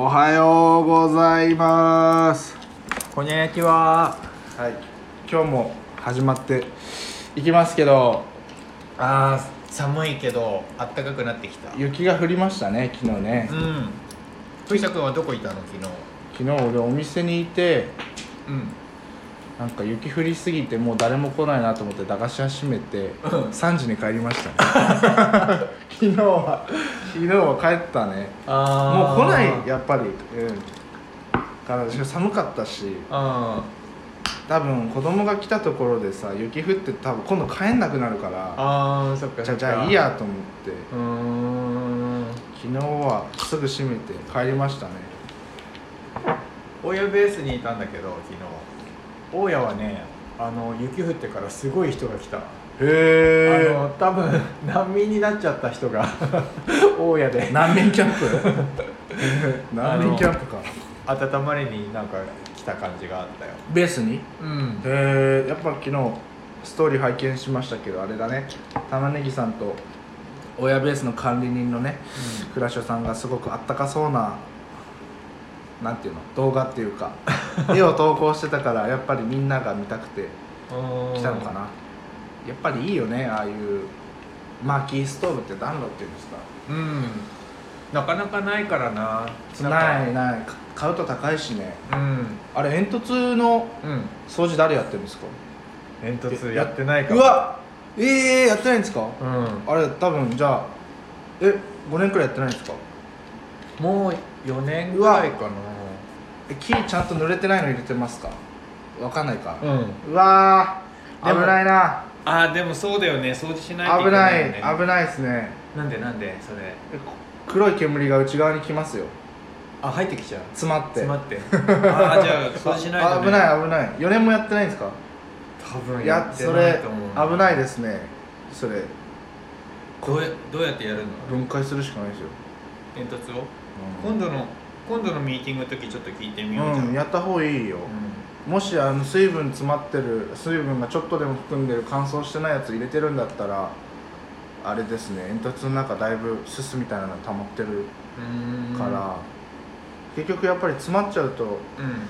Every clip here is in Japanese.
はようございます。 こんにちは。 はい、今日も始まっていきますけど、 寒いけどあったかくなってきた。 雪が降りましたね、昨日ね。 藤田君はどこいたの昨日俺お店にいて、 昨日。 なんか雪降りすぎてもう誰も来ないなと思って駄菓子屋閉めて、3時に帰りましたね。昨日は帰ったね。もう来ないやっぱり、から寒かったし、多分子供が来たところでさ雪降って多分今度帰んなくなるから、 そっかそっか。 じゃあいいやと思って昨日はすぐ閉めて帰りましたね。 大家ベースにいたんだけど昨日。大家はね、雪降ってからすごい人が来た。 へえ。 多分難民になっちゃった人が大家で。 難民キャンプ難民キャンプか。 温まりになんか来た感じがあったよ。 ベースに。 へえ。やっぱ昨日ストーリー拝見しましたけど、あれだね、玉ねぎさんと親ベースの管理人のね、倉所さんがすごくあったかそうな、なんていうの、動画っていうか絵を投稿してたから、やっぱりみんなが見たくて来たのかな。やっぱりいいよね、ああいう薪ストーブって暖炉っていうんですか。 なかなかないからな。 ない買うと高いしね。あれ煙突の掃除誰やってるんですか。 煙突やってないかうわやってないんですか。あれ多分じゃあ5年くらいやってないんですか。 もう4年ぐらいかな。 木ちゃんと濡れてないの入れてますか。わかんないか。 うわ危ないな。 でもそうだよね、掃除しないとい危けなないい、 よね。 危ないですね。 なんでそれ。 黒い煙が内側に来ますよ。 入ってきちゃう。 詰まってじゃあ掃除しないとね。 危ない4年もやってないんですか。 多分やってそれないと思う。 危ないですね。それどうやってやるの。 分解するしかないですよ。 煙突を、今度のミーティングの時ちょっと聞いてみようじゃん。 やった方がいいよ。もし水分詰まってる、水分がちょっとでも含んでる乾燥してないやつ入れてるんだったら、あれですね、煙突の中だいぶすすみたいなの溜まってるから、結局やっぱり詰まっちゃうと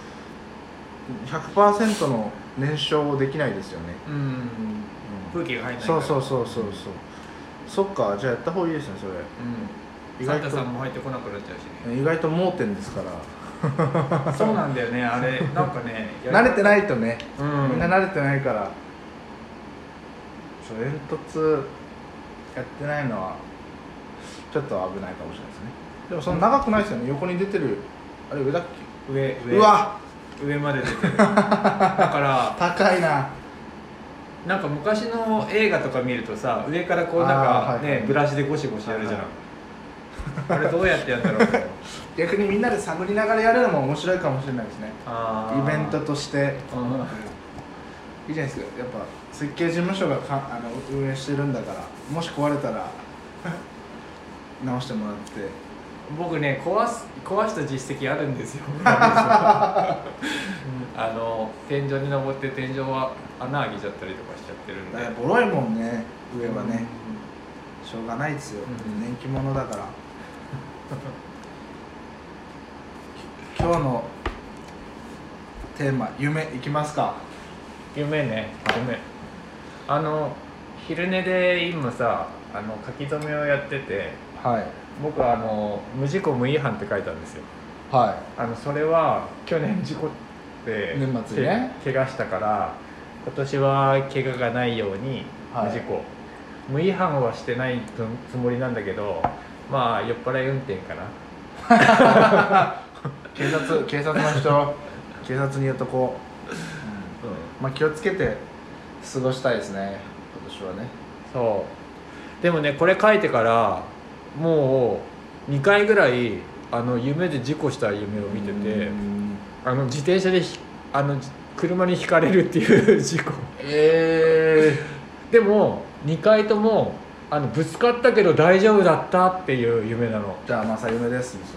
100% の燃焼できないですよね。 空気が入らないから。 そうそっか、じゃあやった方がいいですね、それ。 サンタさんも入ってこなくなっちゃうしね。 意外と盲点ですからそうなんだよね、あれなんかね慣れてないとね、みんな慣れてないから。煙突やってないのはちょっと危ないかもしれないですね。でもその長くないですよね。横に出てるあれ上だっけ。 上まで出てるだから高いな。 なんか昔の映画とか見るとさ、上からこうなんかね、ブラシでゴシゴシやるじゃん。あれどうやってやったろう。 逆にみんなで探りながらやるのも面白いかもしれないですね。イベントとしていいじゃないですか。やっぱ設計事務所が運営してるんだから、もし壊れたら直してもらって。 僕ね、壊した実績あるんですよ。天井に登って天井は穴開けちゃったりとかしちゃってるんで。 ボロいもんね、上はね。しょうがないですよ、年季物だから今日のテーマ、夢いきますか。 夢ね、昼寝で今さ、書き初めをやってて、僕は無事故無違反って書いたんですよ。それは去年事故って年末にね怪我したから、今年は怪我がないように無事故、無違反はしてないつもりなんだけど、まあ酔っ払い運転かな。 警察の人、警察に言うとこう、まあ気をつけて過ごしたいですね、今年はね。 そうでもね、これ書いてからもう2回ぐらい夢で事故した夢を見てて、自転車で車にひかれるっていう事故。でも2回ともぶつかったけど大丈夫だったっていう夢なの。 じゃあ正夢ですね。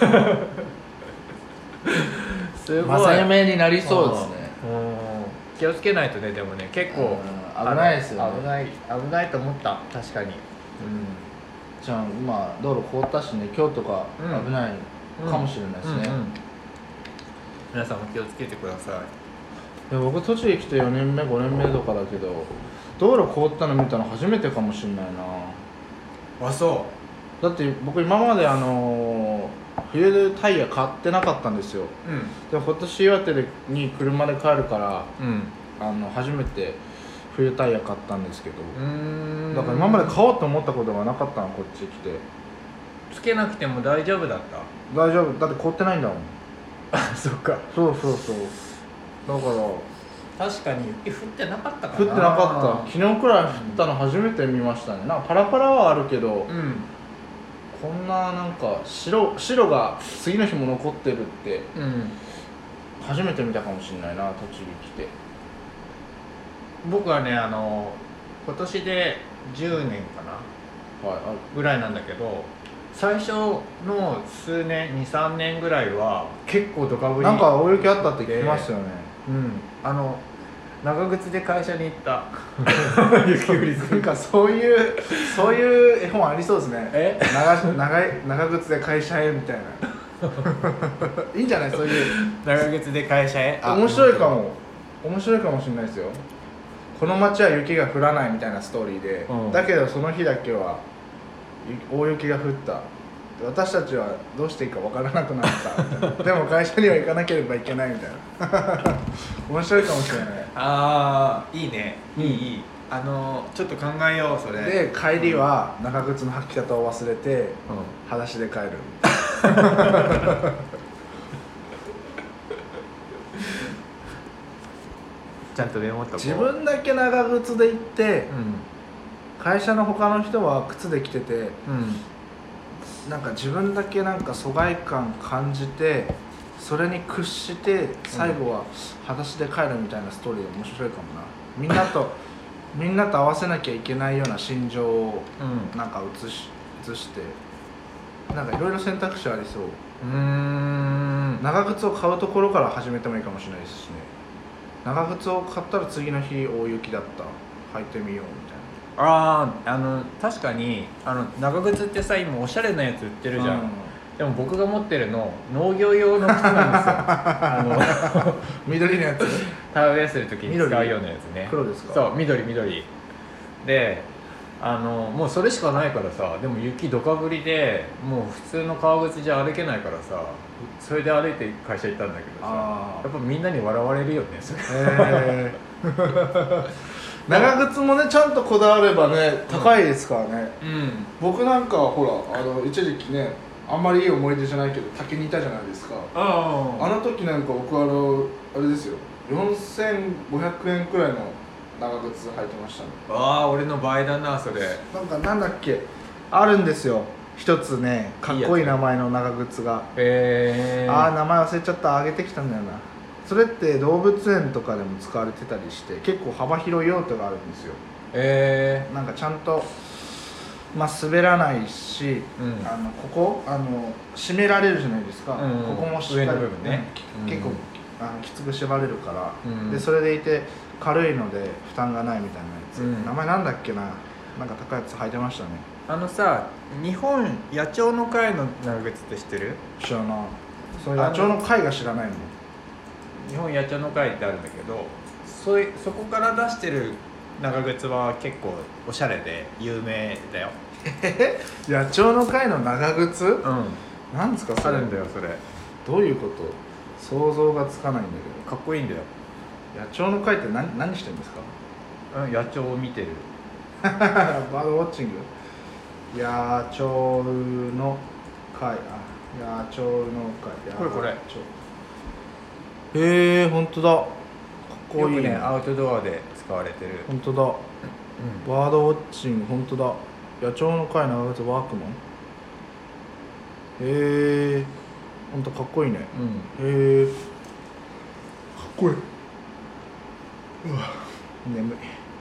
すごい正夢になりそうですね。 気をつけないとね。でもね、結構危ないですよね。危ないと思った、確かに。 じゃあ今道路凍ったしね、今日とか危ない。 かもしれないですね、 皆さんも気をつけてください。 で僕栃木来て4年目5年目とかだけど道路凍ったの見たの初めてかもしれないな。 あ、そだって僕今まで冬でタイヤ買ってなかったんですよ。 う。うんでも今年岩手に車で帰るからうん初めて冬タイヤ買ったんですけど、だだから今まで買おうと思ったことがなかったの。こっち来てつけなくても大丈夫だった大丈夫だって凍ってないんだもん。 あ、そっか。 そうそうそう、だから確かに雪降ってなかったかな。 降ってなかった。昨日くらい降ったの初めて見ましたね。なんかパラパラはあるけど、 うんこんななんか白が次の日も残ってるってうん初めて見たかもしれないな、栃木来て。 僕はね今年で10年かなはい、 ぐらいなんだけど、最初の数年 2,3 年ぐらいは結構ドカぶりなんか大雪あったって聞きますよね。 長靴で会社に行った雪降りすぎなんかそういう絵本ありそうですね。長靴で会社へみたいな。いいんじゃない、そういう長靴で会社へ。 面白いかもしれないですよ。この街は雪が降らないみたいなストーリーで、だけどその日だけは大雪が降った。私たちはどうしていいか分からなくなったみたいな。でも会社には行かなければいけないみたいな。面白いかもしれない。 ああ、いいね、いいちょっと考えようそれで帰りは長靴の履き方を忘れて、裸足で帰る。 ちゃんとメモっとこう。 自分だけ長靴で行って、会社の他の人は靴で来てて、なんか自分だけなんか疎外感感じて、それに屈して最後は裸足で帰るみたいなストーリーで面白いかもな。みんなと合わせなきゃいけないような心情をなんか映してなんかいろいろ選択肢ありそう。長靴を買うところから始めてもいいかもしれないですしね。長靴を買ったら次の日大雪だった、履いてみようみたいな。 確かに長靴ってさ、今おしゃれなやつ売ってるじゃん、でも僕が持ってるの農業用の靴なんですよ。 緑のやつ。 田植えする時に使うようなやつね。 黒ですか？ そう、緑でもうそれしかないからさ。でも雪どか降りでもう普通の革靴じゃ歩けないからさ、それで歩いて会社行ったんだけどさ、やっぱみんなに笑われるよねそれ。 長靴もねちゃんとこだわればね高いですからね、僕なんかほら一時期ねあんまりいい思い出じゃないけど竹にいたじゃないですか。あの時なんか僕あれですよ、4500円くらいの長靴履いてましたね。 俺の倍だなそれ。 なんだっけあるんですよ一つね、かっこいい名前の長靴が。名前忘れちゃった。あげてきたんだよな。それって動物園とかでも使われてたりして結構幅広い用途があるんですよ。なんかちゃんと滑らないし、ここ締められるじゃないですか、ここもしっかり、 上の部分ね、 結構きつく縛れるから、でそれでいて軽いので負担がないみたいなやつ、名前なんだっけな、なんか高いやつ履いてましたね。 さ、日本野鳥の会の長靴って知ってる？ 知らない。その野鳥の会が知らないの。 日本野鳥の会ってあるんだけど、そこから出してる長靴は結構おしゃれで有名だよ。 野鳥の会の長靴？なんですかそれ。 あるんだよそれ。 どういうこと？想像がつかないんだけど。かっこいいんだよ。 野鳥の会って何してるんですか？ 野鳥を見てる。 バードウォッチング。野鳥の会。野鳥の会。 これ。 へえ、本当だ。かっこいい。 よくね、アウトドアで使われてる。 本当だ。バードウォッチング、本当だ。野鳥の会長靴ワークマン。へえ、本当かっこいいね。へえ、かっこいい。眠い。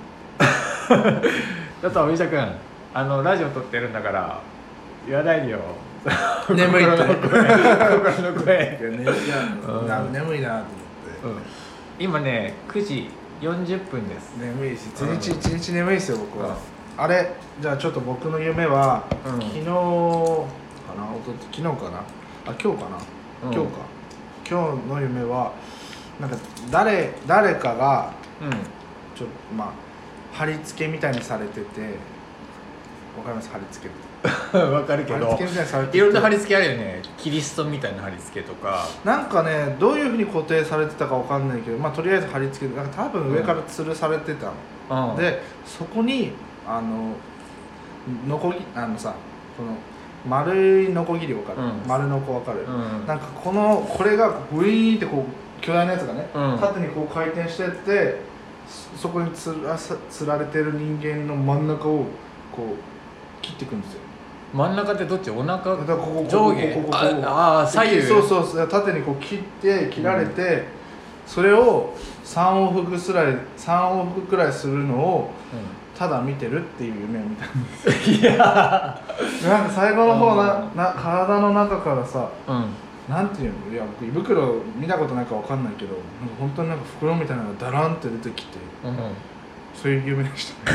ちょっと藤田君、ラジオ撮ってるんだから言わないでよ。 眠いって心の声。 眠いなと思って、 今ね9時40分です。 眠いし一日眠いですよ僕は。あれじゃあちょっと僕の夢は、昨日かな今日かな、 うん今日か今日の夢はなんか誰かがちょっとまあ貼り付けみたいにされてて、わかります貼り付けってわかるけど貼り付けみたいにされてていろんな貼り付けあるよね。キリストみたいな貼り付けとかなんかねどういうふうに固定されてたかわかんないけど、まあとりあえず貼り付けてなんか多分上から吊るされてたの、でそこにノコギさこの丸いノコギリわかる、丸ノコわかる、なんかこれがグイーンってこう巨大なやつがね、縦にこう回転してってそこにつられてる人間の真ん中をこう切っていくんですよ。 真ん中ってどっち？お腹だからここ上下ここあ左右そう縦にこう切られて、それを3往復くらいするのをただ見てるっていう夢を見たんですいやなんか最後の方体の中からさ、 うんなんていうの、いや僕胃袋見たことないかわかんないけど、なんか本当になんか袋みたいなのがダランって出てきて、そういう夢でした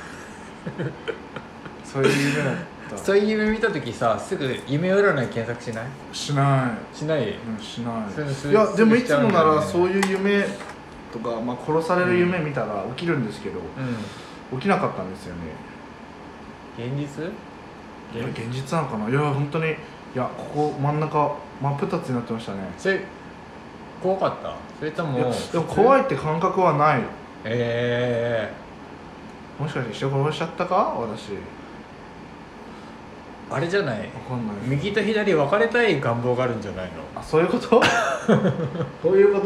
そういう夢だった。 そういう夢見た時さ、すぐ夢占い検索しない？ しない。 しない？ しない。いやでもいつもならそういう夢とか、まあ、殺される夢見たら起きるんですけど、起きなかったんですよね。 現実？ 現実なのかな。いや本当に、いやここ真ん中真っ二つになってましたね。 それ怖かった？それともでも怖いって感覚はない。もしかして人殺しちゃったか私。 あれじゃない？ わかんない。 右と左分かれたい願望があるんじゃないの？ あ、そういうことそういうこと？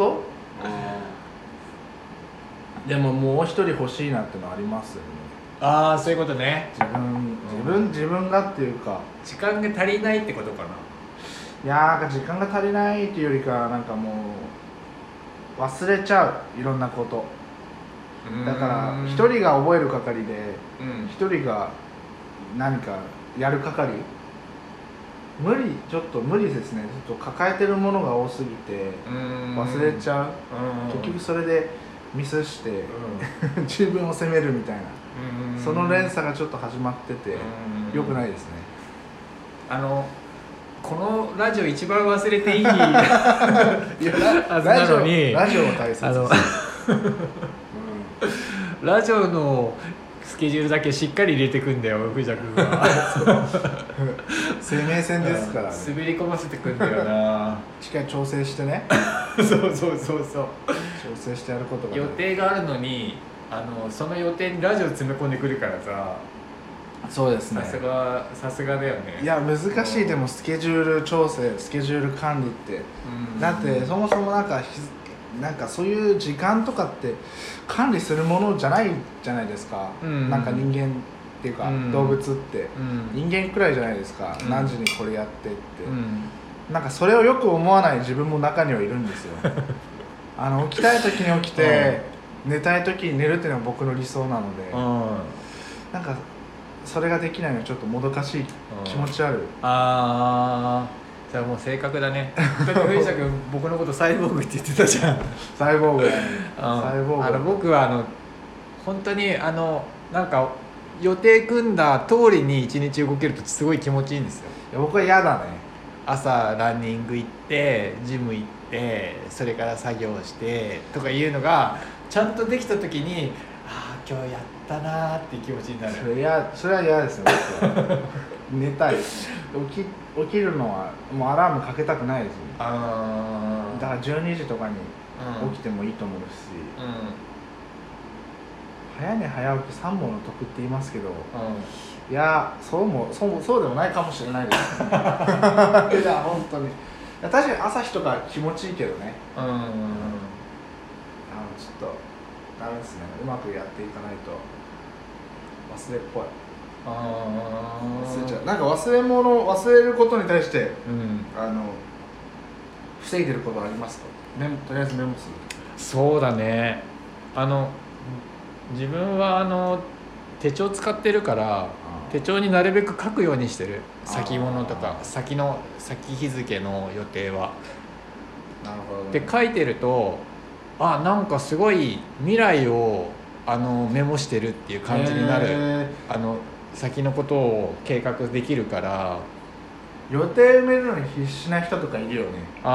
でももう一人欲しいなってのありますよね。 ああ、そういうことね。 自分がっていうか時間が足りないってことかな。 いやーなんか時間が足りないっていうよりかなんかもう忘れちゃういろんなこと。だから一人が覚える係で一人が何かやる係ちょっと無理ですね。ちょっと抱えてるものが多すぎて忘れちゃう。結局それでミスして自分を責めるみたいなその連鎖がちょっと始まってて良くないですね。 このラジオ一番忘れていいいやなのにラジオも大切ですラジオのスケジュールだけしっかり入れてくんだよ藤田君は生命線ですから、ね、 滑り込ませてくんだよなしっかり調整してねそう調整してやることが、ね、 予定があるのにその予定にラジオ詰め込んでくるからさ。 そうですね。 さすがだよね。 いや難しい。でもスケジュール調整スケジュール管理って、だってそもそもなんかそういう時間とかって管理するものじゃないじゃないですか、なんか人間っていうか、動物って、人間くらいじゃないですか、何時にこれやってって、なんかそれをよく思わない自分も中にはいるんですよ起きたい時に起きて、寝たい時に寝るっていうのが僕の理想なので、なんかそれができないのはちょっともどかしい気持ちある。 じゃあもう正確だね。だって藤田君僕のことサイボーグって言ってたじゃん。 サイボーグ、 僕は本当になんか予定組んだ通りに一日動けるとすごい気持ちいいんですよ。 いや僕は嫌だね。 朝ランニング行ってジム行ってそれから作業してとかいうのがちゃんとできた時に今日やったなーっていう気持ちになる。 それは嫌ですね寝たい。起きるのはもうアラームかけたくないですね。だから12時とかに起きてもいいと思うし、早寝早起き3本の得って言いますけど、いやそうでもないかもしれないですいや本当に確かに朝日とか気持ちいいけどね。ちょっとダメですね。うまくやっていかないと忘れっぽい。忘れちゃう。なんか忘れることに対して、防いでることありますか？とりあえずメモする。 そうだね。自分は手帳使ってるから手帳になるべく書くようにしてる。先物とか先日付の予定は。 なるほど、ね。 で書いてるとなんかすごい未来をメモしてるっていう感じになる。先のことを計画できるから予定埋めるのに必死な人とかいるよね。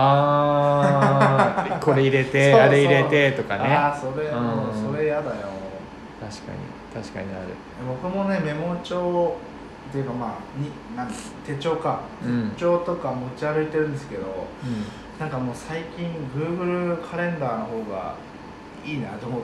ああこれ入れてそうそうあれ入れてとかね。 ああそれ、 うんもうそれやだよ。 確かにある。 僕もねメモ帳っていうかなん手帳か、 うん手帳とか持ち歩いてるんですけど、なんかもう最近 Google カレンダーの方がいいなと思って、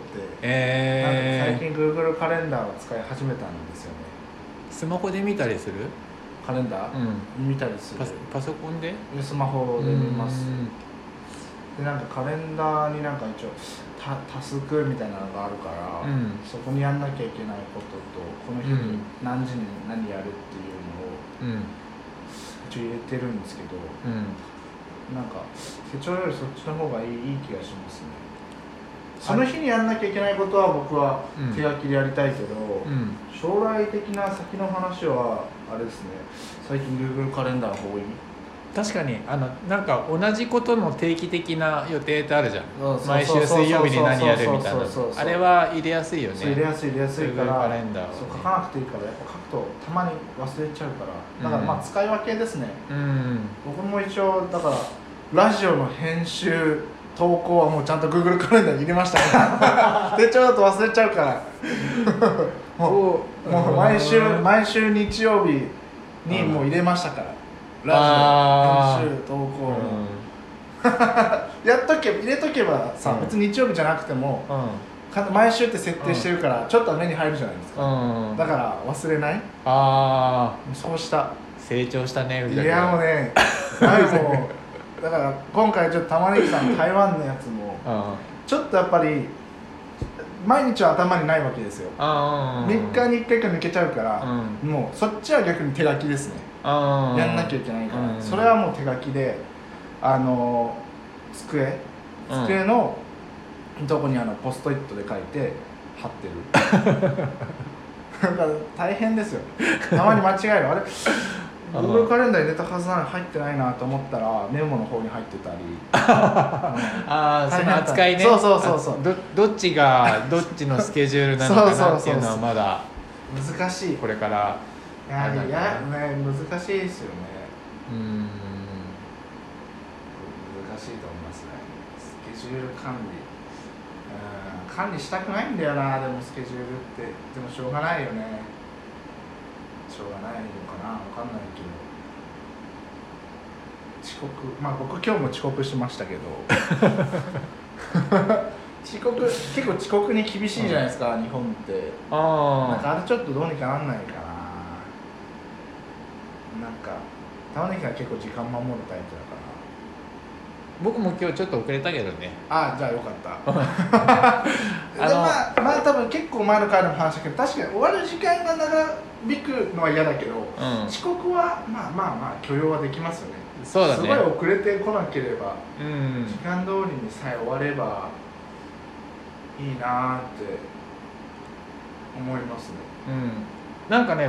なんか最近 Google カレンダーを使い始めたんですよね。 スマホで見たりする？ カレンダー、見たりする。 パソコンで？ スマホで見ます。でなんかカレンダーになんか一応タスクみたいなのがあるから、そこにやんなきゃいけないこととこの日に何時に何やるっていうのを一応入れてるんですけど、なんか手帳よりそっちの方がいい気がしますね。その日にやんなきゃいけないことは僕は手書きでやりたいけど、将来的な先の話はあれですね、最近 Google カレンダーが多い。 確かになんか同じことの定期的な予定ってあるじゃん。毎週そう水曜日に何やるみたいな。あれは入れやすいよね。 入れやすいから、 カレンダーをね、 そう書かなくていいから、やっぱ書くとたまに忘れちゃうから、だからまあ使い分けですね。僕も一応だからラジオの編集投稿はもうちゃんと Google カレンダーに入れましたね。手帳だと忘れちゃうからもう毎週日曜日にもう入れましたから、ラジオ編集投稿入れとけばさ、別に日曜日じゃなくても、毎週って設定してるから、ちょっとは目に入るじゃないですか、だから忘れない。そうした成長したね。 いやもうねもうだから今回ちょっと玉ねぎさんの台湾のやつもちょっとやっぱり毎日は頭にないわけですよ。3日に1回か抜けちゃうから、もうそっちは逆に手書きですね。やんなきゃいけないから、それはもう手書きで机のとこにポストイットで書いて貼ってる。だから大変ですよ。たまに間違える。あれGoogle カレンダーに入れたはずなのに入ってないなと思ったらメモの方に入ってたり。 その扱いね。 そうどっちがどっちのスケジュールなのかなっていうのはまだ難しい。 これからね、難しいですよね。難しいと思いますね。スケジュール管理したくないんだよな。でもスケジュールってでもしょうがないよね。しょうがないのかな、分かんないけど。遅刻、僕今日も遅刻しましたけど結構遅刻に厳しいじゃないですか、日本って。なんかあれちょっとどうにかなんないかな。なんか玉ねぎが結構時間守るタイプだから。 僕も今日ちょっと遅れたけどね。 じゃあよかったで多分結構前の回でも話したけど、確かに終わる時間が長引くのは嫌だけど、遅刻はまあ許容はできますよね。 そうだね。 すごい遅れてこなければ、時間通りにさえ終わればいいなって思いますね。 なんかね、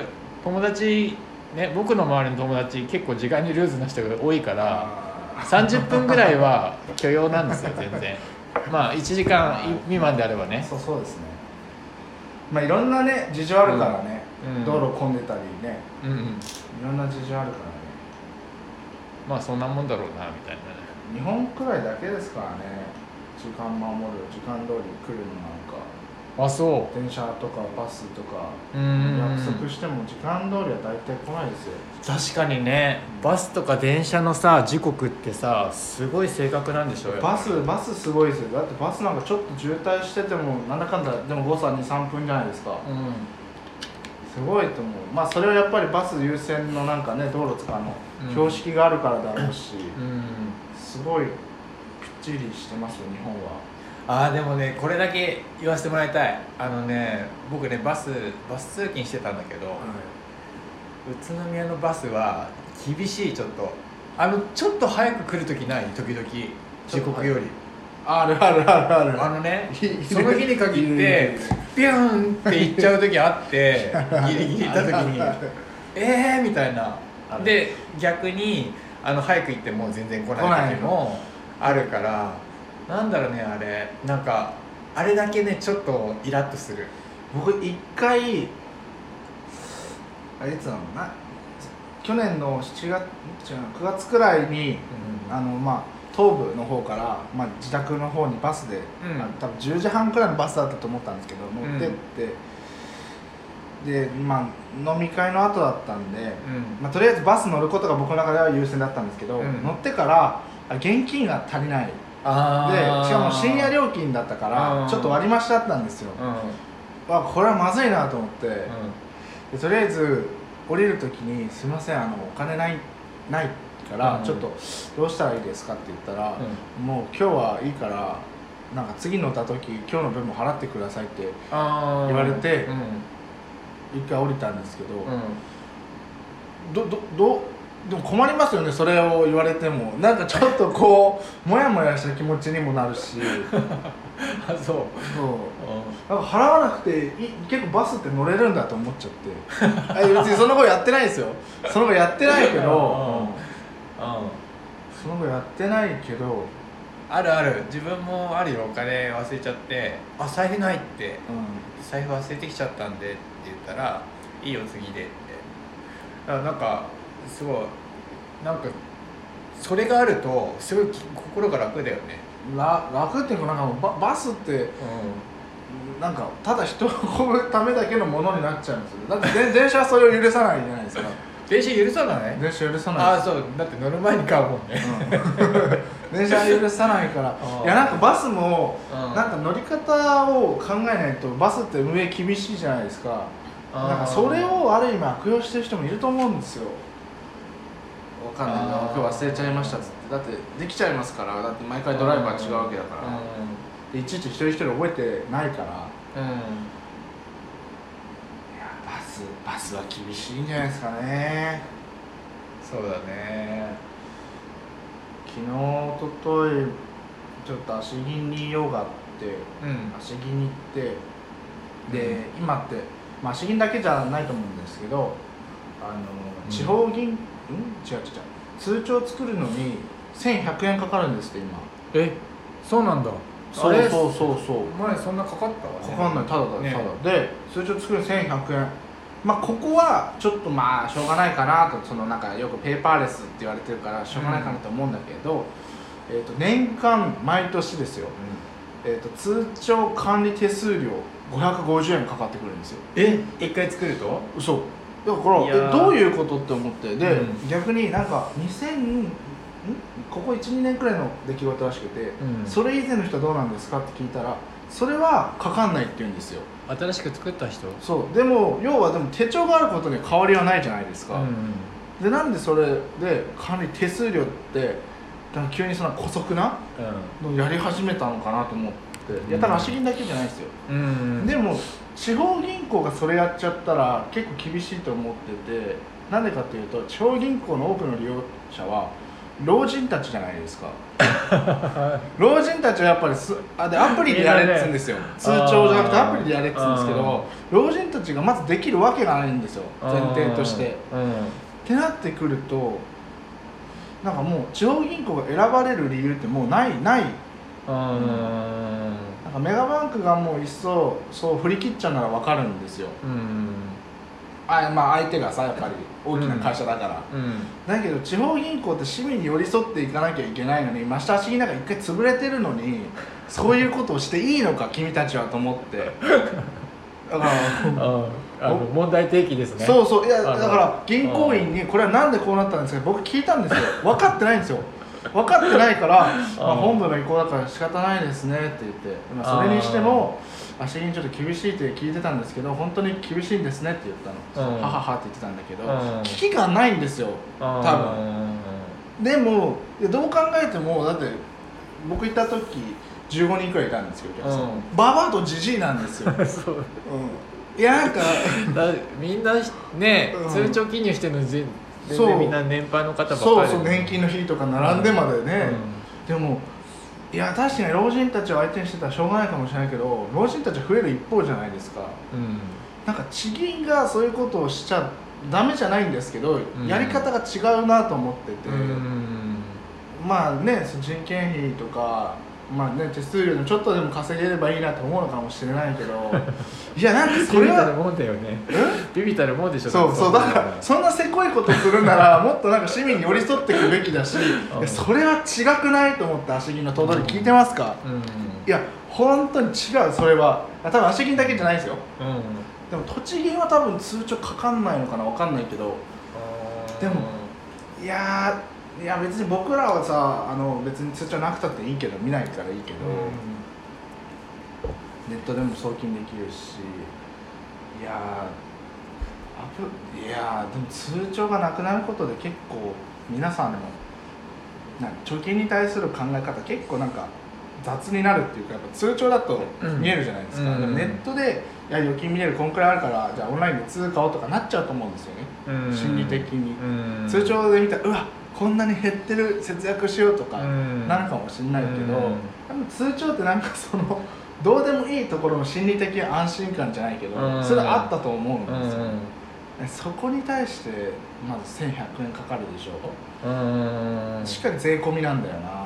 僕の周りの友達結構時間にルーズな人が多いから30分ぐらいは許容なんですよ。全然1時間未満であればね。 そうですね。いろんなね事情あるからね、道路混んでたりね、いろんな事情あるからね。 そんなもんだろうなみたいなね。 日本くらいだけですからね、時間守る、時間通り来るのなんか。 そう電車とかバスとか約束しても時間通りは大体来ないですよ。 確かにね、バスとか電車のさ時刻ってさすごい正確なんでしょうよ。 バスすごいですよ。だってバスなんかちょっと渋滞しててもなんだかんだでも誤差 2,3 分じゃないですか。すごいと思う。それはやっぱりバス優先のなんかね、道路とかの標識があるからだろうし、すごいきっちりしてますよ日本は。 でもね、これだけ言わせてもらいたい。僕ねバス通勤してたんだけど、宇都宮のバスは厳しい。ちょっと早く来る時ない？時々時刻よりあるその日に限ってピューンって行っちゃう時あってギリギリ行った時にみたいな。で逆に早く行っても全然来ない時もあるから、なんだろうね、なんかあれだけねちょっとイラッとする。 僕一回いつなのな、 去年の7月違う9月くらいに、東部の方から、自宅の方にバスで、多分10時半くらいのバスだったと思ったんですけど乗ってって、で飲み会の後だったんで、とりあえずバス乗ることが僕の中では優先だったんですけど、乗ってから現金が足りないで、しかも深夜料金だったからちょっと割増だったんですよ。これはまずいなと思って、でとりあえず降りる時に「すいませんお金ないから、ちょっとどうしたらいいですか?」って言ったら「もう今日はいいからなんか次乗った時今日の分も払ってください」って言われて、一回降りたんですけど、でも困りますよね、それを言われても。なんかちょっとこうモヤモヤした気持ちにもなるしそうなんか払わなくて結構バスって乗れるんだと思っちゃって別にその後やってないですよ、その後やってないけどその後やってないけどある自分もあるよ。お金忘れちゃって「財布ない」って、財布忘れてきちゃったんでって言ったら「いいよ次で」って。だからなんかすごいなんかそれがあるとすごい心が楽だよね。 楽っていうか、なんかバスって、なんかただ人を運ぶためだけのものになっちゃうんですよ。だって電車はそれを許さないじゃないですか。 電車許さない？ 電車許さない。 そうだって乗る前に買うもんね、 電車は許さないからいやなんかバスも、なんか乗り方を考えないとバスって運営厳しいじゃないですか。なんかそれをある意味悪用してる人もいると思うんですよ。わかんないな、今日忘れちゃいましたっつって、だってできちゃいますから、だって毎回ドライバー違うわけだから、でいちいち一人一人覚えてないから、いやバスは厳しいんじゃないですかね。 そうだね。 昨日おとといちょっと足着に用があって、足着に行ってで、今って足着だけじゃないと思うんですけど、地方銀違う通帳作るのに1100円かかるんですって今。 そうなんだ。 そう前そんなかかったわね。 かかんない、ただで通帳作る1100円。ここはちょっとしょうがないかなと、なんかよくペーパーレスって言われてるからしょうがないかなと思うんだけど、年間毎年ですよ、通帳管理手数料550円かかってくるんですよ。 一回作ると？ そうだからどういうことって思って、で、逆になんかここ 1,2 年くらいの出来事らしくて、それ以前の人はどうなんですかって聞いたら、それはかかんないって言うんですよ。 新しく作った人？ そうでも要は手帳があることに変わりはないじゃないですか、でなんでそれで管理手数料って急にそんな姑息なのやり始めたのかなと思って、いや多分足銀だけじゃないですよ、でも地方銀行がそれやっちゃったら結構厳しいと思ってて、なんでかっていうと地方銀行の多くの利用者は老人たちじゃないですか老人たちはやっぱりアプリでやれっつうんですよ、通帳じゃなくてアプリでやれっつうんですけど、老人たちがまずできるわけがないんですよ、前提として。ってなってくると、なんかもう地方銀行が選ばれる理由ってもうないなんかメガバンクがもう一層そう振り切っちゃうなら分かるんですよ、相手がさやっぱり大きな会社だから、だけど地方銀行って市民に寄り添っていかなきゃいけないのに、足利なんか一回潰れてるのにそういうことをしていいのか君たちはと思ってだから問題提起ですね。 そういやだから銀行員にこれはなんでこうなったんですか、僕聞いたんですよ。分かってないんですよ。分かってないから本部の意向だから仕方ないですねって言って、それにしても足にちょっと厳しいって聞いてたんですけど、本当に厳しいんですねって言ったの、はははって言ってたんだけど、危機感ないんですよ多分。でもどう考えてもだって僕行った時15人くらいいたんですよ、ババアとジジイなんですよいやなんかみんなね、通帳記入してるの全然みんな年配の方ばっかり。 そう年金の日とか並んでまでね、でもいや確かに老人たちを相手にしてたらしょうがないかもしれないけど、老人たちは増える一方じゃないですか、なんか地銀がそういうことをしちゃダメじゃないんですけど、やり方が違うなと思ってて、人件費とかまあね手数料でちょっとでも稼げればいいなと思うのかもしれないけどいやなんかそれはビビたるもんだよねビビたるもんでしょ。 そうだからそんなせこいことするならもっとなんか市民に寄り添っていくべきだしいやそれは違くないと思って足銀の頭取聞いてますか、いや本当に違う。それは多分足銀だけじゃないですよ、でも栃銀は多分通帳かかんないのかなわかんないけど、でもいや別に僕らはさ別に通帳なくたっていいけど見ないからいいけど、ネットでも送金できるしいやでも通帳がなくなることで結構皆さんの貯金に対する考え方結構なんか雑になるっていうかやっぱ通帳だと見えるじゃないですか、でもネットでいや預金見れるこんくらいあるからじゃあオンラインで通貨をとかなっちゃうと思うんですよね、心理的に、通帳で見たらうわこんなに減ってる節約しようとかなるかもしれないけど、多分通帳ってなんかそのどうでもいいところの心理的安心感じゃないけど、それあったと思うんですよ、そこに対してまず1100円かかるでしょ、しっかり税込みなんだよな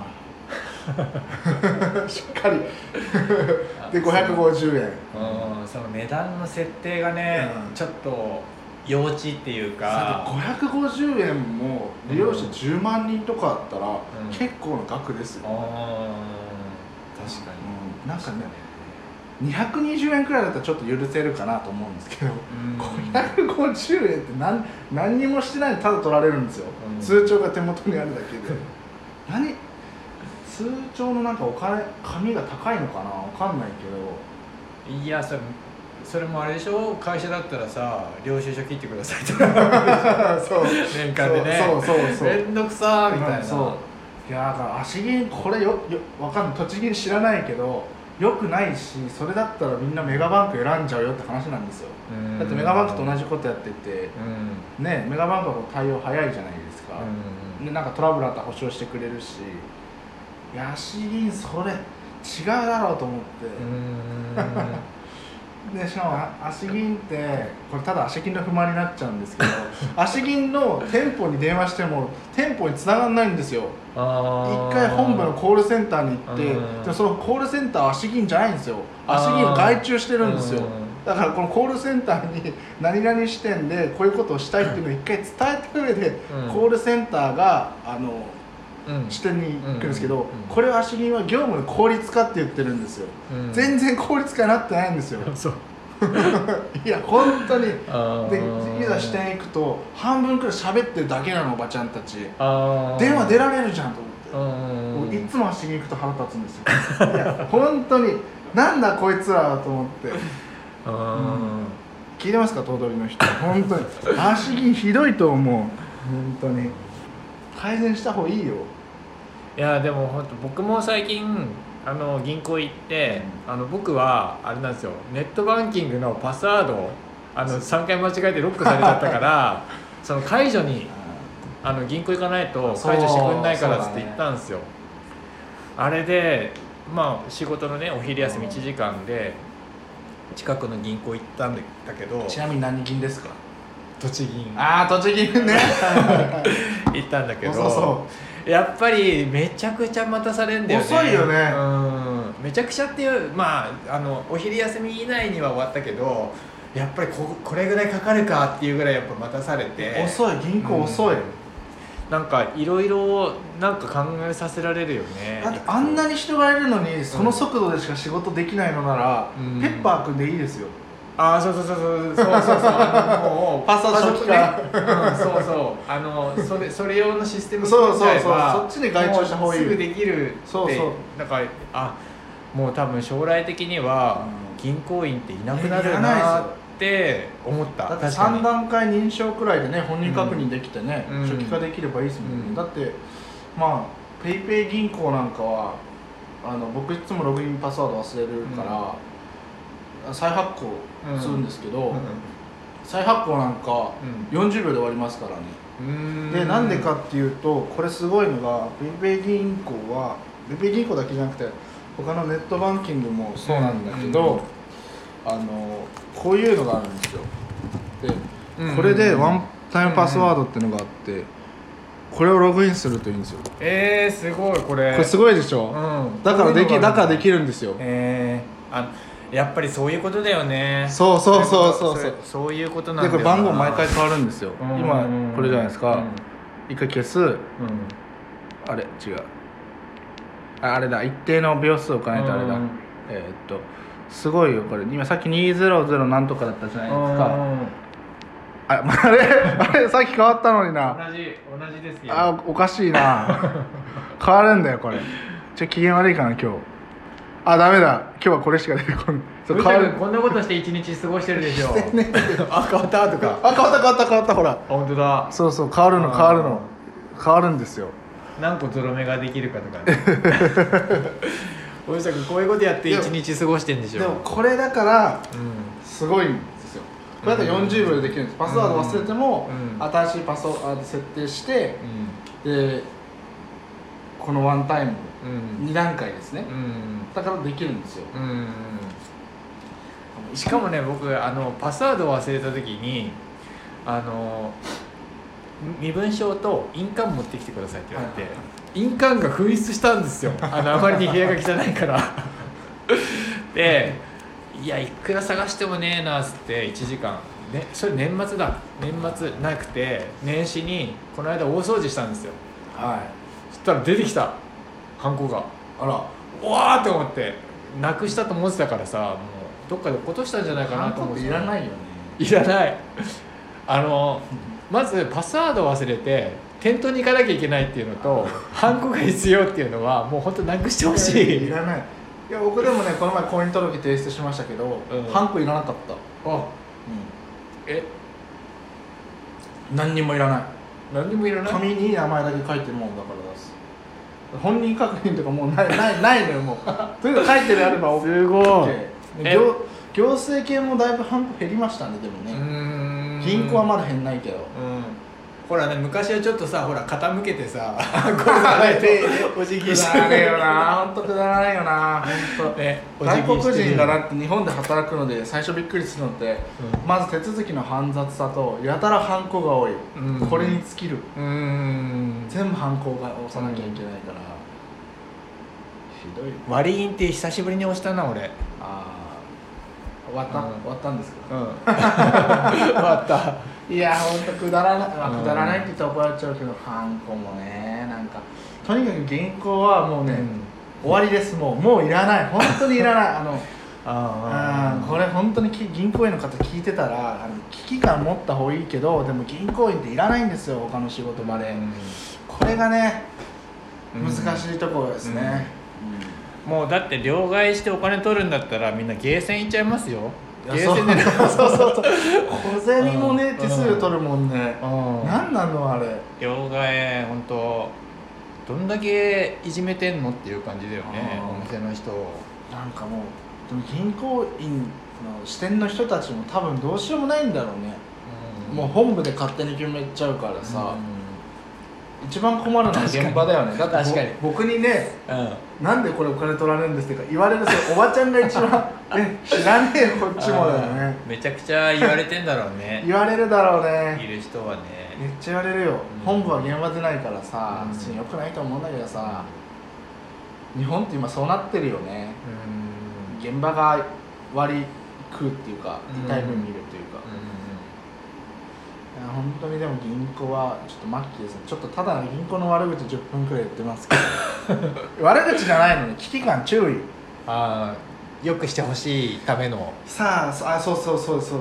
しっかりで550円、 その値段の設定がね、ちょっと幼稚っていうか 550円も利用者10万人とかあったら結構な額ですよ、 確かに、 なんかね220円くらいだったらちょっと許せるかなと思うんですけど、550円って何にもしてないでただ取られるんですよ、通帳が手元にあるだけで通帳のなんか紙が高いのかなわかんないけど、 いやそれもあれでしょ、会社だったらさ領収書切ってくださいとかそう年間でね、そうめんどくさーみたいな、 いやだから足銀これわかんない、栃銀知らないけどよくないし、それだったらみんなメガバンク選んじゃうよって話なんですよ。だってメガバンクと同じことやってて、ね、メガバンクは対応早いじゃないですか、でなんかトラブルあったら保証してくれるし、いや足銀それ違うだろうと思ってでしかも足銀ってこれただ足銀の不満になっちゃうんですけど足銀の店舗に電話しても店舗に繋がらないんですよ。一回本部のコールセンターに行って、でもそのコールセンターは足銀じゃないんですよ。足銀を外注してるんですよ。だからこのコールセンターに何々支店でこういうことをしたいっていうのを一回伝えた上で、コールセンターが支店に行くんですけど、これは足銀は業務の効率化って言ってるんですよ、全然効率化になってないんですよいや本当にでいざ支店行くと半分くらい喋ってるだけなのおばちゃんたち、電話出られるじゃんと思って、いつも足銀行くと腹立つんですよいや本当になんだこいつらと思って、聞いてますか頭取の人、本当に足銀ひどいと思う、本当に改善した方がいいよ。 いやでも本当僕も最近銀行行って、僕はあれなんですよ、ネットバンキングのパスワードを3回間違えてロックされちゃったからその解除に銀行行かないと解除してくんないからっつって言ったんですよ、あれでまあ仕事のねお昼休み1時間で近くの銀行行ったんだけど、 ちなみに何銀ですか？ 栃銀。 栃銀ね行ったんだけど、やっぱりめちゃくちゃ待たされんだよね。 遅いよね。 めちゃくちゃっていうまあお昼休み以内には終わったけど、やっぱりこれぐらいかかるかっていうぐらいやっぱ待たされて。 遅い、銀行遅い。 なんかいろいろなんか考えさせられるよね。 だってあんなに人がいるのにその速度でしか仕事できないのなら、ペッパーくんでいいですよ。 そうもうパスワード初期からそうそれ用のシステムそうそっちに外注した方がいい。 すぐできるってなんかもう多分将来的には銀行員っていなくなるなって思った。 だって3段階認証くらいでね本人確認できてね、初期化できればいいですもんね、だってまあペイペイ銀行なんかは僕いつもログインパスワード忘れるから、再発行するんですけど、再発行なんか40秒で終わりますからね。でなんでかっていうとこれすごいのがペイペイ銀行はペイペイ銀行だけじゃなくて他のネットバンキングもそうなんだけど、こういうのがあるんですよ。でこれでワンタイムパスワードっていうのがあって、 これをログインするといいんですよ。 すごいこれ。 これすごいでしょ、だからできるんですよ。 やっぱりそういうことだよね。 そうそういうことなんだよな。 でこれ番号毎回変わるんですよ。今これじゃないですか、一回消す、あれ違う、あれだ、一定の秒数を変えたあれだ、すごいよこれ。今さっき200なんとかだったじゃないですか。あれさっき変わったのにな。 同じですよ。 おかしいな変わるんだよこれ。機嫌悪いかな今日。ダメだ、今日はこれしか出てこない。 そう変わる。こんなことして一日過ごしてるでしょ。変わったとか。 変わったほら。 本当だ。 そう変わるんですよ。 何個ゾロ目ができるかとかね。おじさんこういうことやって一日過ごしてんでしょ。 でもこれだからすごいんですよ。これだから40秒でできるんです。パスワード忘れても新しいパスワード設定して、でこのワンタイム2段階ですね、だからできるんですよ。 しかもね、僕パスワードを忘れた時に身分証と印鑑持ってきてくださいって言われて、印鑑が紛失したんですよ。あまりに部屋が汚いからで、いやいくら探してもねえなっつって1時間ね、それ年末なくて、年始にこの間大掃除したんですよ。そしたら出てきたハンコが。うわーって思って、なくしたと思ってたからさ、もうどっかで落としたんじゃないかなと思って。 いらないよね。 いらない。まずパスワードを忘れて店頭に行かなきゃいけないっていうのとハンコが必要っていうのはもう本当なくしてほしい。 いらない。いや僕でもね、この前婚姻届提出しましたけど、ハンコいらなかった。何にもいらない。 何にもいらない。 紙に名前だけ書いてるもんだからです。本人確認とかもうないのよもう。とにかく書いてるあれば OK。 すごい。 行政系もだいぶハンコ減りましたね。でもね、銀行はまだ減んないけど、 ほらね、昔はちょっとさ、ほら傾けてさ、これされてお辞儀して。 くだらねえよな、ほんとくだらないよな、ほんと、 ね、 外国人がだって日本で働くので最初びっくりするのって、まず手続きの煩雑さとやたらハンコが多い、これに尽きる、全部ハンコが押さなきゃいけないから、ひどい。 割り印って久しぶりに押したな俺。 終わったんですけど、 終わった。 いやほんとくだらない、くだらないって言ったら怒られちゃうけど、ハンコもね、なんかとにかく銀行はもうね、終わりです。もういらない、本当にいらない。これ本当に銀行員の方聞いてたら危機感持った方がいいけど、でも銀行員っていらないんですよ、他の仕事場で。これがね難しいところですね。 もうだって両替してお金取るんだったらみんなゲーセン行っちゃいますよ。 ゲーセンで小銭もね手数料取るもんね。何なのあれ。 両替本当どんだけいじめてんのっていう感じだよね、お店の人。 なんかもうでも銀行員の支店の人たちも多分どうしようもないんだろうね。もう本部で勝手に決めちゃうからさ、一番困るのは現場だよね。だって僕にね、なんでこれお金取られるんですって言われるおばちゃんが一番知らねえよこっちもだよね。 めちゃくちゃ言われてんだろうね。 言われるだろうね。 いる人はねめっちゃ言われるよ。本部は現場でないからさ、別に良くないと思うんだけどさ、日本って今そうなってるよね。現場が割り食うっていうか、痛い目見るというか。本当にでも銀行はちょっと末期ですね。ちょっとただ銀行の悪口10分くらい言ってますけど悪口じゃないのに危機感注意。 よくしてほしいためのさあ、そう、も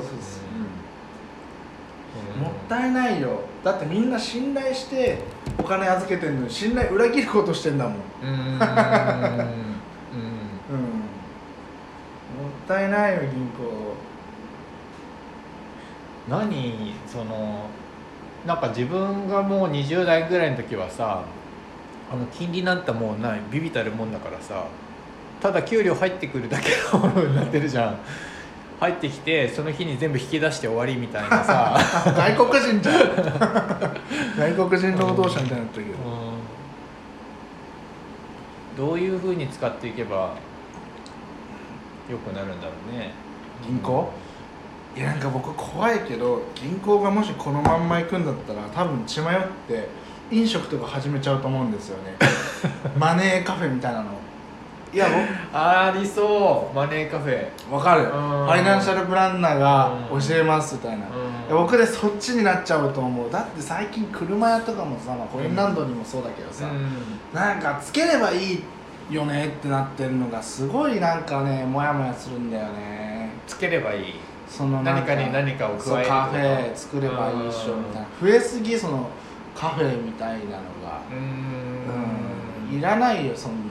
ったいないよ。だってみんな信頼してお金預けてんのに信頼裏切ることしてんだもん。もったいないよ銀行。 なんか自分がもう20代ぐらいの時はさ、金利なんてもうないビビたるもんだからさ、ただ給料入ってくるだけのものになってるじゃん。入ってきてその日に全部引き出して終わりみたいなさ外国人じゃん外国人労働者みたいになってるけど、どういう風に使っていけば良くなるんだろうね。 銀行、いやなんか僕怖いけど、銀行がもしこのまんま行くんだったら多分血迷って飲食とか始めちゃうと思うんですよねマネーカフェみたいなの。いやありそう、マネーカフェ。 わかる、ファイナンシャルプランナーが教えますみたいな、いや僕でそっちになっちゃうと思う。だって最近車屋とかもさ、まあ、コインランドリーもそうだけどさ、なんかつければいいよねってなってるのがすごいなんかねモヤモヤするんだよね。 つければいい、 その何かに何かを加えるとか、 カフェ作ればいいっしょみたいな、増えすぎそのカフェみたいなのがいらないよそんなに。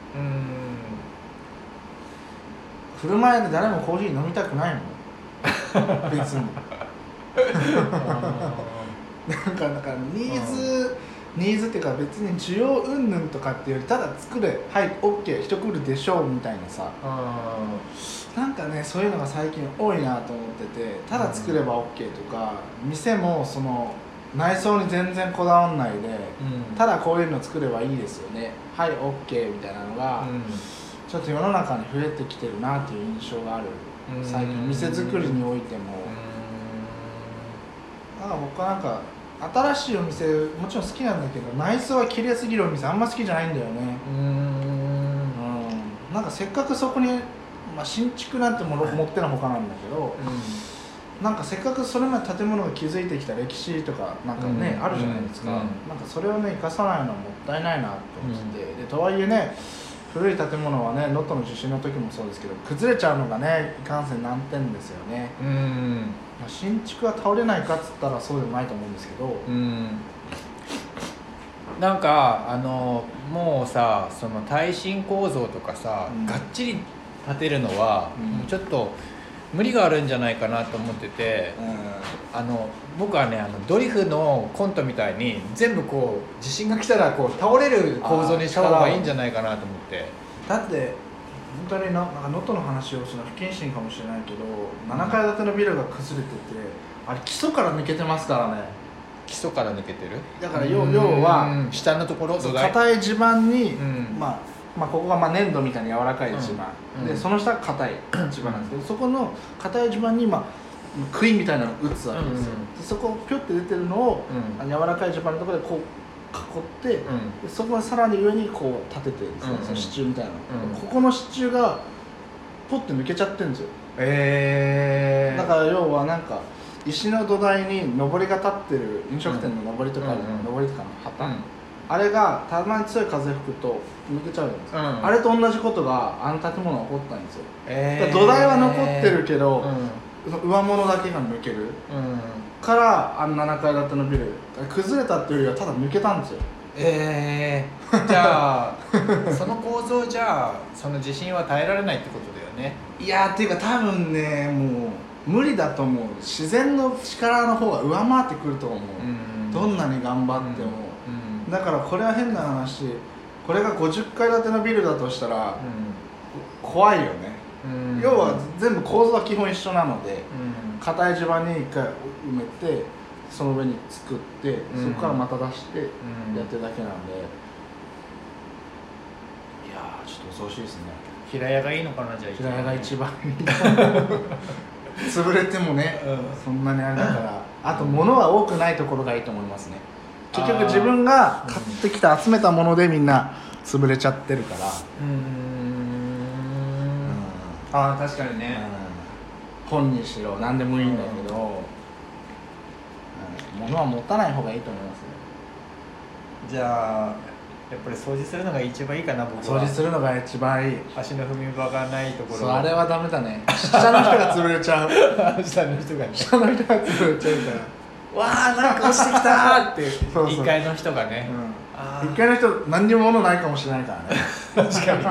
車屋で誰もコーヒー飲みたくないもん別になんかニーズっていうか別に需要云々とかっていうよりただ作れはい OK 人来るでしょうみたいなさ、なんかねそういうのが最近多いなと思ってて、ただ作れば OK とか、店もその内装に全然こだわんないで、ただこういうの作ればいいですよねはい OK みたいなのが、ちょっと世の中に増えてきてるなっていう印象がある。最近店作りにおいてもなんか僕はなんか新しいお店もちろん好きなんだけど内装は綺麗すぎるお店あんま好きじゃないんだよね。なんかせっかくそこに、まあ、新築なんてものってのほかなんだけど、なんかせっかくそれまで建物が築いてきた歴史とかなんかね、あるじゃないですか、なんかそれをね生かさないのはもったいないなと思ってて、でとはいえね古い建物はね能登の地震の時もそうですけど崩れちゃうのがねいかんせん難点ですよね。新築は倒れないかっつったらそうでもないと思うんですけど、 なんかもうさその耐震構造とかさ、がっちり建てるのは、もうちょっと無理があるんじゃないかなと思ってて、僕はねドリフのコントみたいに全部こう地震が来たらこう倒れる構造にした方がいいんじゃないかなと思って。 だって本当になんか能登の話をするのは不謹慎かもしれないけど、7階建てのビルが崩れててあれ基礎から抜けてますからね。 基礎から抜けてるだから要は下のところ硬い地盤に、まあここがまあ粘土みたいに柔らかい地盤、でその下が硬い地盤なんですけど、そこの硬い地盤に杭みたいなのを打つわけですよ、でそこをピョって出てるのを、柔らかい地盤のところでこう囲って、でそこはさらに上にこう立ててですね、その支柱みたいなの、ここの支柱がポッて抜けちゃってるんですよ。だから要はなんか石の土台に上りが立ってる飲食店の上りとか上りとかの旗、あれがたまに強い風吹くと抜けちゃうんですよ、あれと同じことがあの建物は起こったんですよ、だから土台は残ってるけど、上物だけが抜ける、からあの7階建てのビル崩れたっていうよりはただ抜けたんですよ。 じゃあその構造じゃその地震は耐えられないってことだよね。 いやっていうか多分ねもう無理だと思う。自然の力の方が上回ってくると思う、どんなに頑張っても、だからこれは変な話、これが50階建てのビルだとしたら、怖いよね、要は全部構造は基本一緒なので、硬い地盤に一回埋めてその上に作って、そこからまた出してやってるだけなんで、いやーちょっと恐ろしいですね。 平屋がいいのかな。じゃあ平屋が一番いい潰れてもね、そんなにあれだから、あと物は多くないところがいいと思いますね。結局自分が買ってきた集めたものでみんな潰れちゃってるから、 確かにね、 本にしろ何でもいいんだけど、物は持たない方がいいと思いますね。 じゃあやっぱり掃除するのが一番いいかな。僕は掃除するのが一番いい。 足の踏み場がないところ。 そう、あれはダメだね。下の人が潰れちゃう下の人が潰れちゃうからわーなんか落ちてきたーって1階の人がね、 1階の人何にも物ないかもしれないからね確かに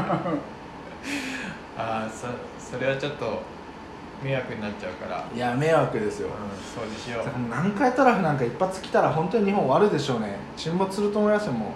それはちょっと迷惑になっちゃうから。 いや迷惑ですよ、 掃除しよう。 南海トラフなんか一発来たら本当に日本終わるでしょうね。沈没すると思いますよ。もう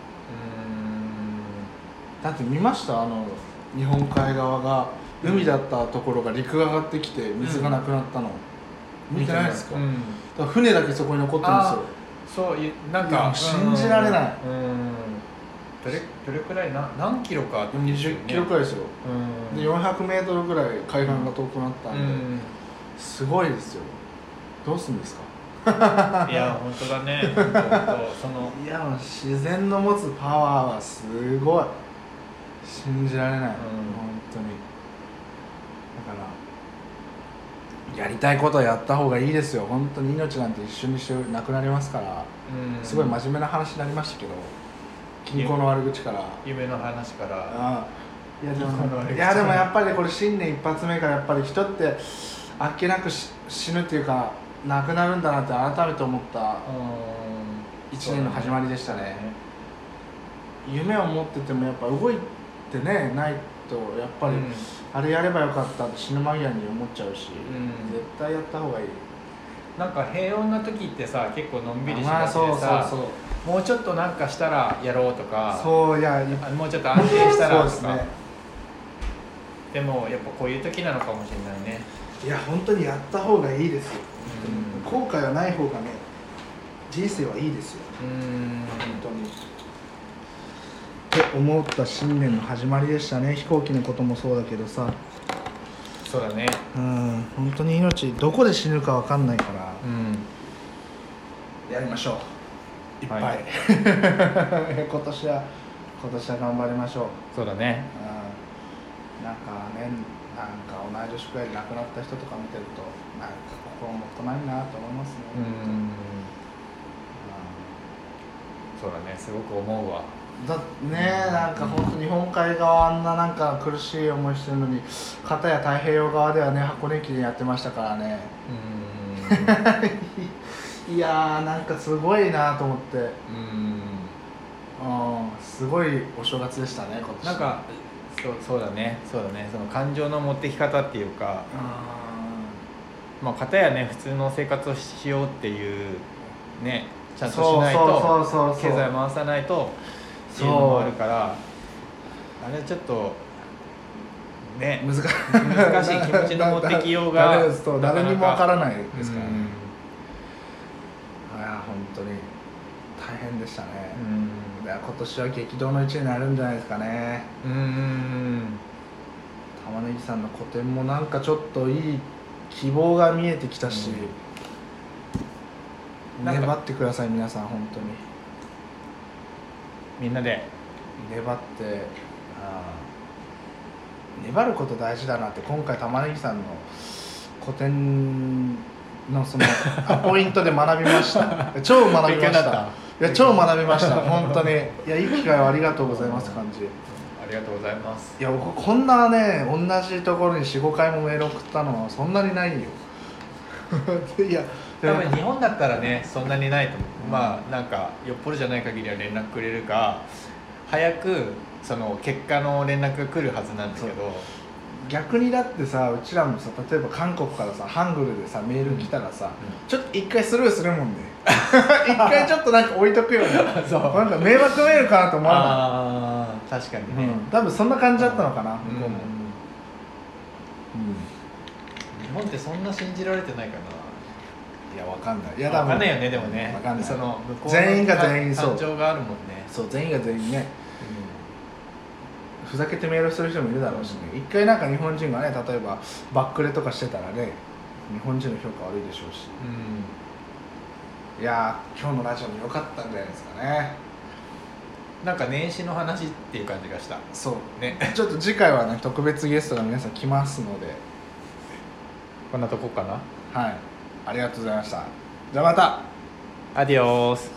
だって見ました、日本海側が海だったところが陸が上がってきて水がなくなったの、見てないですか、だから船だけそこに残ってるんですよ。 そうなんか信じられない。 どれくらい何キロかって 20キロくらいですよ、で400メートルぐらい海岸が遠くなったんで、すごいですよ。どうするんですかいや本当だね本当そのいやもう自然の持つパワーはすごい信じられない、本当にだからやりたいことはやった方がいいですよ。本当に命なんて一瞬にしてなくなりますから、すごい真面目な話になりましたけど、銀行の悪口から夢の話からいやでもやっぱりこれ新年一発目からやっぱり人ってあっけなく死ぬっていうかなくなるんだなって改めて思った一年の始まりでしたね。夢を持っててもやっぱ動いてねないとやっぱり、あれやればよかったって死ぬ間際に思っちゃうし、絶対やった方がいい。 なんか平穏な時ってさ結構のんびりしがちでさ、もうちょっとなんかしたらやろうとか、 そういやもうちょっと安定したらとかそうですね。 でもやっぱこういう時なのかもしれないね。 いや本当にやった方がいいですよ、後悔はない方がね人生はいいですよ、本当にって思った新年の始まりでしたね。飛行機のこともそうだけどさ、 そうだね、 本当に命どこで死ぬか分かんないから、やりましょういっぱい、はい、今年は頑張りましょう。 そうだね、 なんかね、なんか同い年くらいで亡くなった人とか見てるとなんか心もとないなと思いますね。 そうだね、すごく思うわ。 だね、なんか本当日本海側あんななんか苦しい思いしてるのに、片や太平洋側ではね箱根駅でやってましたからね。いやーなんかすごいなと思って、すごいお正月でしたね今年。 なんかそうだね、その感情の持ってき方っていうか、まあ片やね普通の生活をしようっていうね、ちゃんとしないと経済回さないとっていうのもあるから、あれちょっとね難しい気持ちの持ってきようが誰にもわからないですからね。いや本当に大変でしたね。いや今年は激動の1年になるんじゃないですかね。玉ねぎさんの個展もなんかちょっといい希望が見えてきたし、粘ってください皆さん本当に。 みんなで粘って粘ること大事だなって今回玉ねぎさんの個展のそのポイントで学びました超学びました。いや超学びました本当に。いやいい機会をありがとうございます感じ。 ありがとうございます。 いや僕こんなね同じところに 4,5 回もメール送ったのはそんなにないよいや多分日本だったらねそんなにないと思う。まあなんかよっぽどじゃない限りは連絡くれるか、早くその結果の連絡が来るはずなんですけど、 逆にだってさうちらもさ例えば韓国からさハングルでさメール来たらさ、ちょっと一回スルーするもんね一回ちょっとなんか置いとくよねそうなんか迷惑メールかなと思わない？確かにね、 多分そんな感じだったのかな、向こうも。 日本ってそんな信じられてないかな。 いやわかんない。いやわかんないよねでもね。 わかんない。 その向こうの全員が全員そう感情があるもんね。 そう全員が全員ね、ふざけてメールする人もいるだろうしね。一回なんか日本人がね例えばバックレとかしてたらね日本人の評価悪いでしょうし、いや今日のラジオも良かったんじゃないですかね。 なんか年始の話っていう感じがした。 そうねちょっと次回はね特別ゲストが皆さん来ますので、 こんなとこかな。 はい、ありがとうございました。じゃあまた。 アディオース。